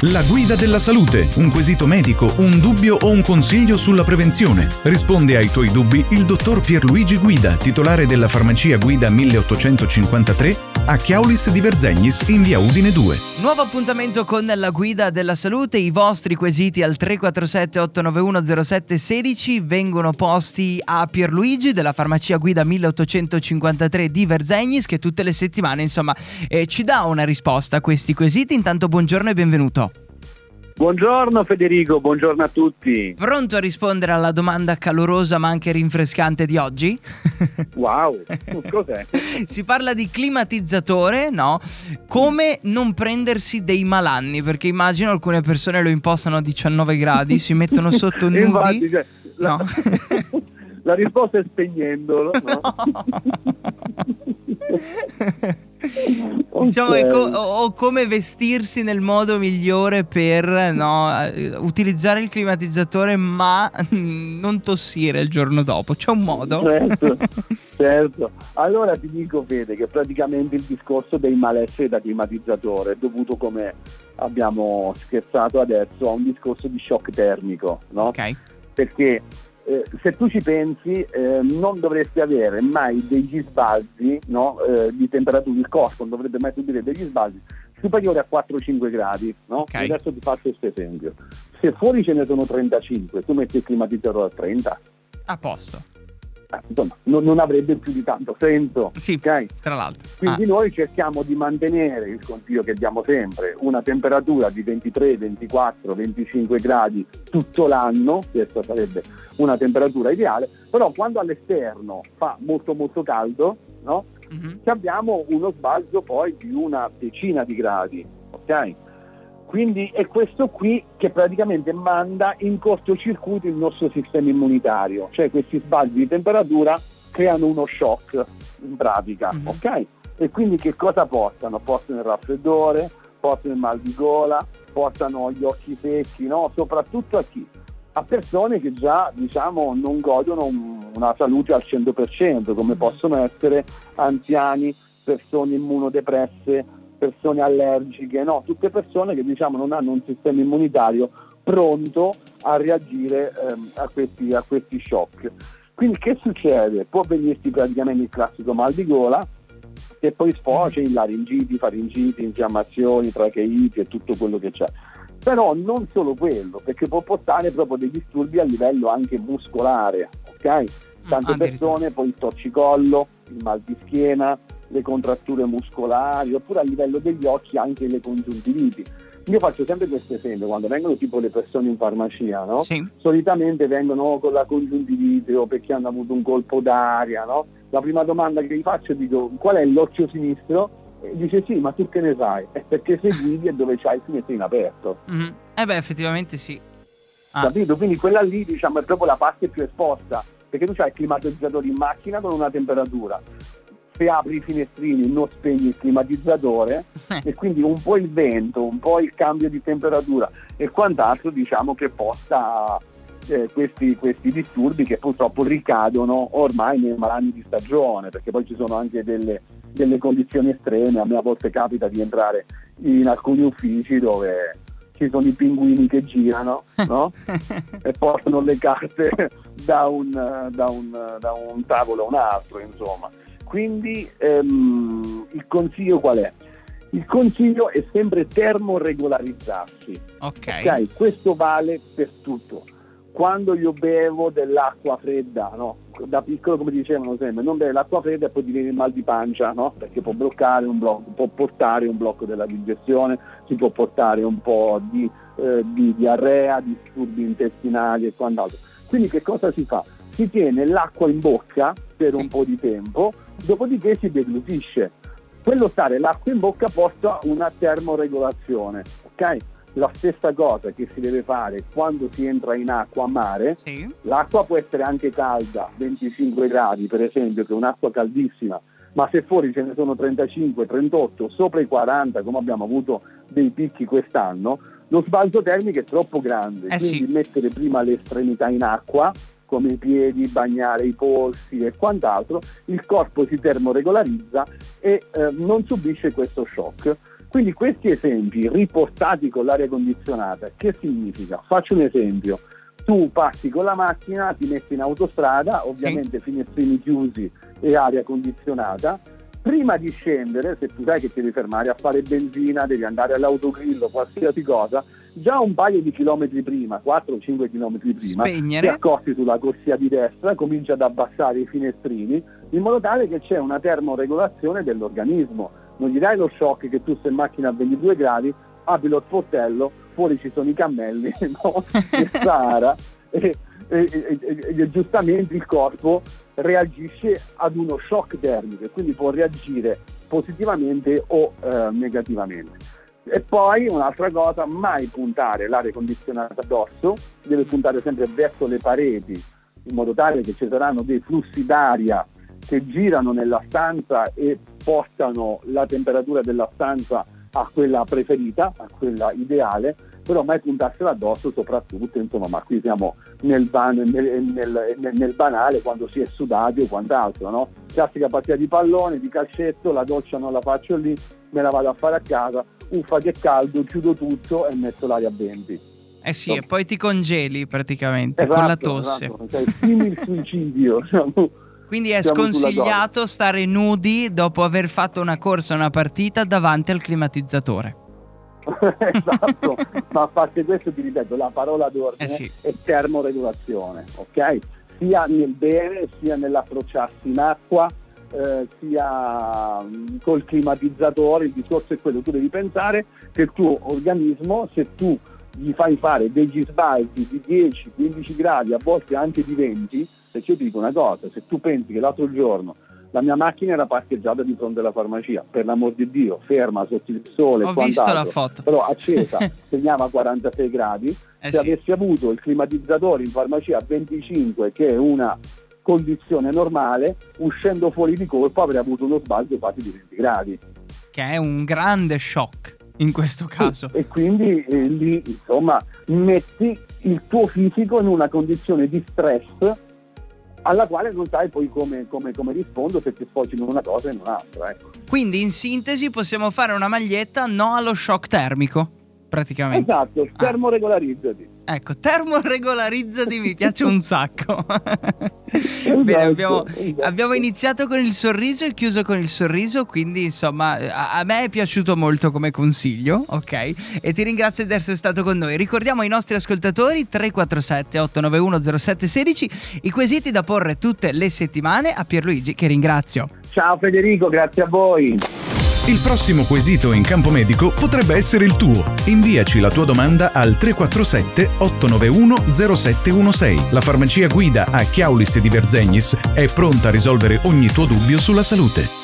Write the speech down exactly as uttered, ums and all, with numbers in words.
La guida della salute, un quesito medico, un dubbio o un consiglio sulla prevenzione. Risponde ai tuoi dubbi il dottor Pierluigi Guida, titolare della farmacia Guida milleottocentocinquantatré a Chiaulis di Verzegnis in via Udine due. Nuovo appuntamento con la guida della salute. I vostri quesiti al tre quattro sette otto nove uno zero sette uno sei vengono posti a Pierluigi della farmacia Guida milleottocentocinquantatré di Verzegnis, che tutte le settimane insomma eh, ci dà una risposta a questi quesiti. Intanto buongiorno e benvenuto. Buongiorno Federico, buongiorno a tutti. Pronto a rispondere alla domanda calorosa ma anche rinfrescante di oggi? Wow, cos'è? Si parla di climatizzatore, no? Come non prendersi dei malanni, perché immagino alcune persone lo impostano a diciannove gradi, si mettono sotto nudi. Infatti, cioè, la, no. La risposta è spegnendolo, no? Diciamo Okay. che co- o come vestirsi nel modo migliore per no, utilizzare il climatizzatore ma non tossire il giorno dopo. C'è un modo? Certo, certo. Allora ti dico, Fede, che praticamente il discorso dei malesseri da climatizzatore è dovuto, come abbiamo scherzato adesso, a un discorso di shock termico, no? Ok. Perché Eh, se tu ci pensi eh, non dovresti avere mai degli sbalzi, no, eh, di temperatura, il corpo non dovrebbe mai subire degli sbalzi superiori a quattro cinque gradi, no? Okay. Adesso ti faccio questo esempio: se fuori ce ne sono trentacinque, tu metti il climatizzatore a trenta, A posto. eh, insomma non, non avrebbe più di tanto senso. Sì, Okay? tra l'altro. Quindi Ah. noi cerchiamo di mantenere, il consiglio che diamo sempre, una temperatura di ventitré, ventiquattro, venticinque gradi tutto l'anno. Questa sarebbe una temperatura ideale, però quando all'esterno fa molto molto caldo, no? Mhm. Abbiamo uno sbalzo poi di una decina di gradi, ok? Quindi è questo qui che praticamente manda in cortocircuito il nostro sistema immunitario, cioè questi sbalzi di temperatura creano uno shock in pratica, Mhm. ok? E quindi che cosa portano? Portano il raffreddore, portano il mal di gola, portano gli occhi secchi, no? Soprattutto a chi? A persone che già, diciamo, non godono un- una salute al cento per cento, come possono essere anziani, persone immunodepresse, persone allergiche, no? Tutte persone che, diciamo, non hanno un sistema immunitario pronto a reagire ehm, a questi, a questi shock. Quindi che succede? Può venirti praticamente il classico mal di gola, che poi sfocia in laringiti, faringiti, infiammazioni, tracheiti e tutto quello che c'è. Però non solo quello, perché può portare proprio dei disturbi a livello anche muscolare, ok? Tante Ah, persone poi il torcicollo, il mal di schiena, le contratture muscolari, oppure a livello degli occhi anche le congiuntiviti. Io faccio sempre questo esempio: quando vengono tipo le persone in farmacia, no? Sì. Solitamente vengono con la congiuntivite o perché hanno avuto un colpo d'aria, no? La prima domanda che gli faccio, dico: qual è l'occhio sinistro? E dice: sì, ma tu che ne sai? È perché se guidi è dove c'hai il finestrino aperto. Mhm. Eh beh, effettivamente sì. Ah. Capito? Quindi quella lì, diciamo, è proprio la parte più esposta, perché tu c'hai il climatizzatore in macchina con una temperatura. Se apri i finestrini non spegni il climatizzatore e quindi un po' il vento, un po' il cambio di temperatura e quant'altro, diciamo che porta eh, questi, questi disturbi che purtroppo ricadono ormai nei malanni di stagione, perché poi ci sono anche delle, delle condizioni estreme. A me a volte capita di entrare in alcuni uffici dove ci sono i pinguini che girano, no? E portano le carte da un, da un, da un tavolo a un altro, insomma. Quindi ehm, il consiglio qual è? Il consiglio è sempre termoregolarizzarsi. Ok. Ok, questo vale per tutto. Quando io bevo dell'acqua fredda, no? Da piccolo, come dicevano sempre, non bere l'acqua fredda e poi ti viene il mal di pancia, no? Perché può bloccare un blocco, può portare un blocco della digestione, si può portare un po' di, eh, di diarrea, disturbi intestinali e quant'altro. Quindi che cosa si fa? Si tiene l'acqua in bocca per un po' di tempo, dopodiché si deglutisce. Quello stare l'acqua in bocca porta una termoregolazione, ok? La stessa cosa che si deve fare quando si entra in acqua a mare. Sì. L'acqua può essere anche calda, venticinque gradi per esempio, che è un'acqua caldissima, ma se fuori ce ne sono trentacinque, trentotto, sopra i quaranta, come abbiamo avuto dei picchi quest'anno, lo sbalzo termico è troppo grande, Eh quindi sì. mettere prima le estremità in acqua, come i piedi, bagnare i polsi e quant'altro, il corpo si termoregolarizza e eh, non subisce questo shock. Quindi questi esempi riportati con l'aria condizionata, che significa? Faccio un esempio: tu passi con la macchina, ti metti in autostrada, ovviamente sì. finestrini chiusi e aria condizionata. Prima di scendere, se tu sai che ti devi fermare a fare benzina, devi andare all'autogrill o qualsiasi cosa, già un paio di chilometri prima, quattro o cinque chilometri prima, Spegnere. ti accosti sulla corsia di destra, cominci ad abbassare i finestrini, in modo tale che c'è una termoregolazione dell'organismo. Non gli dai lo shock che tu sei in macchina a ventidue gradi, apri lo sportello, fuori ci sono i cammelli, no? E Sahara, e, e, e, e, e giustamente il corpo reagisce ad uno shock termico e quindi può reagire positivamente o eh, negativamente. E poi un'altra cosa: mai puntare l'aria condizionata addosso, deve puntare sempre verso le pareti, in modo tale che ci saranno dei flussi d'aria che girano nella stanza e portano la temperatura della stanza a quella preferita, a quella ideale, però mai puntarsela addosso, soprattutto, insomma, ma qui siamo nel, ban- nel, nel, nel, nel banale, quando si è sudati o quant'altro, no? Classica partita di pallone, di calcetto, la doccia non la faccio lì, me la vado a fare a casa, uffa che caldo, chiudo tutto e metto l'aria a venti. Eh sì, so. E poi ti congeli praticamente, esatto, con la tosse. Esatto, cioè, simil suicidio, diciamo. Quindi è sconsigliato stare nudi dopo aver fatto una corsa, una partita davanti al climatizzatore. Esatto, ma a parte questo ti ripeto, la parola d'ordine eh sì. è termoregolazione, ok? Sia nel bere sia nell'approcciarsi in acqua, eh, sia col climatizzatore. Il discorso è quello: tu devi pensare che il tuo organismo, se tu gli fai fare degli sbalzi di dieci quindici gradi, a volte anche di venti, perché io ti dico una cosa: se tu pensi che l'altro giorno la mia macchina era parcheggiata di fronte alla farmacia, per l'amor di Dio, ferma sotto il sole, ho visto la foto, però accesa, segnava quarantasei gradi, eh se sì. avessi avuto il climatizzatore in farmacia a venticinque, che è una condizione normale, uscendo fuori di colpo avrei avuto uno sbalzo quasi di venti gradi, che è un grande shock in questo caso. E, e quindi eh, lì, insomma, metti il tuo fisico in una condizione di stress alla quale non sai poi come, come, come rispondo, se ti sfoggi in una cosa e in un'altra, ecco. Quindi in sintesi possiamo fare una maglietta no allo shock termico, praticamente. Esatto, termoregolarizzati. Ah. Ecco, termoregolarizzati mi piace un sacco. Esatto, Bene, abbiamo, esatto. abbiamo iniziato con il sorriso e chiuso con il sorriso, quindi insomma a, a me è piaciuto molto come consiglio, ok? E ti ringrazio di essere stato con noi. Ricordiamo ai nostri ascoltatori tre quattro sette otto nove uno zero sette uno sei i quesiti da porre tutte le settimane a Pierluigi, che ringrazio. Ciao Federico, grazie a voi. Il prossimo quesito in campo medico potrebbe essere il tuo. Inviaci la tua domanda al tre quattro sette otto nove uno zero sette uno sei. La farmacia Guida a Chiaulis di Verzegnis è pronta a risolvere ogni tuo dubbio sulla salute.